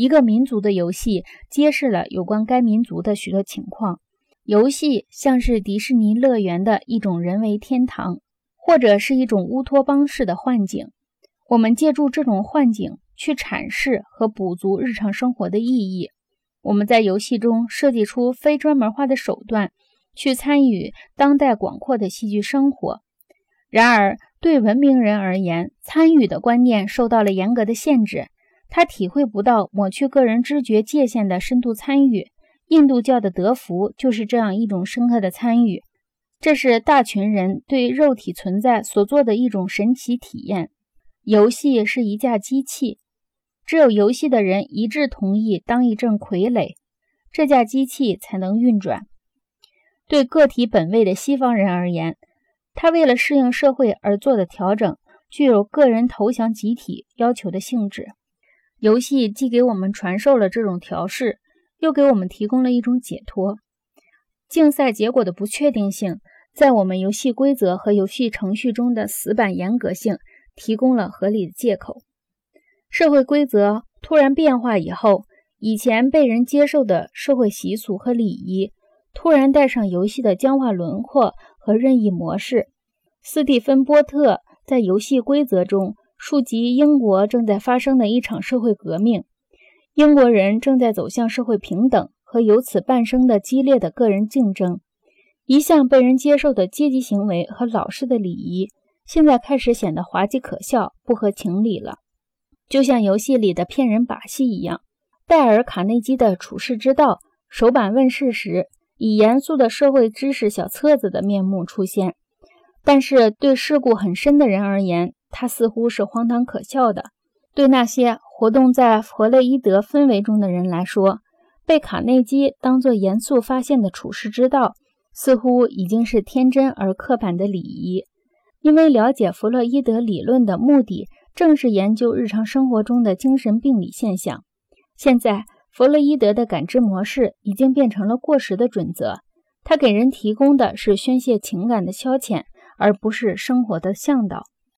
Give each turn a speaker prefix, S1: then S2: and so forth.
S1: 一个民族的游戏揭示了有关该民族的许多情况。游戏像是迪士尼乐园的一种人为天堂，或者是一种乌托邦式的幻境。我们借助这种幻境去阐释和补足日常生活的意义。我们在游戏中设计出非专门化的手段，去参与当代广阔的戏剧生活。然而，对文明人而言，参与的观念受到了严格的限制，他体会不到抹去个人知觉界限的深度参与。印度教的德福就是这样一种深刻的参与，这是大群人对肉体存在所做的一种神奇体验。游戏是一架机器，只有游戏的人一致同意当一阵傀儡，这架机器才能运转。对个体本位的西方人而言，他为了适应社会而做的调整，具有个人投降集体要求的性质。游戏既给我们传授了这种调试，又给我们提供了一种解脱。竞赛结果的不确定性，在我们游戏规则和游戏程序中的死板严格性提供了合理的借口。社会规则突然变化以后，以前被人接受的社会习俗和礼仪突然带上游戏的僵化轮廓和任意模式。斯蒂芬·波特在游戏规则中述及英国正在发生的一场社会革命，英国人正在走向社会平等和由此伴生的激烈的个人竞争。一向被人接受的阶级行为和老式的礼仪，现在开始显得滑稽可笑，不合情理了。就像游戏里的骗人把戏一样，戴尔·卡内基的处世之道首版问世时，以严肃的社会知识小册子的面目出现，但是对世故很深的人而言，它似乎是荒唐可笑的。对那些活动在弗洛伊德氛围中的人来说，被卡内基当作严肃发现的处世之道，似乎已经是天真而刻板的礼仪。因为了解弗洛伊德理论的目的正是研究日常生活中的精神病理现象。现在弗洛伊德的感知模式已经变成了过时的准则，他给人提供的是宣泄情感的消遣，而不是生活的向导。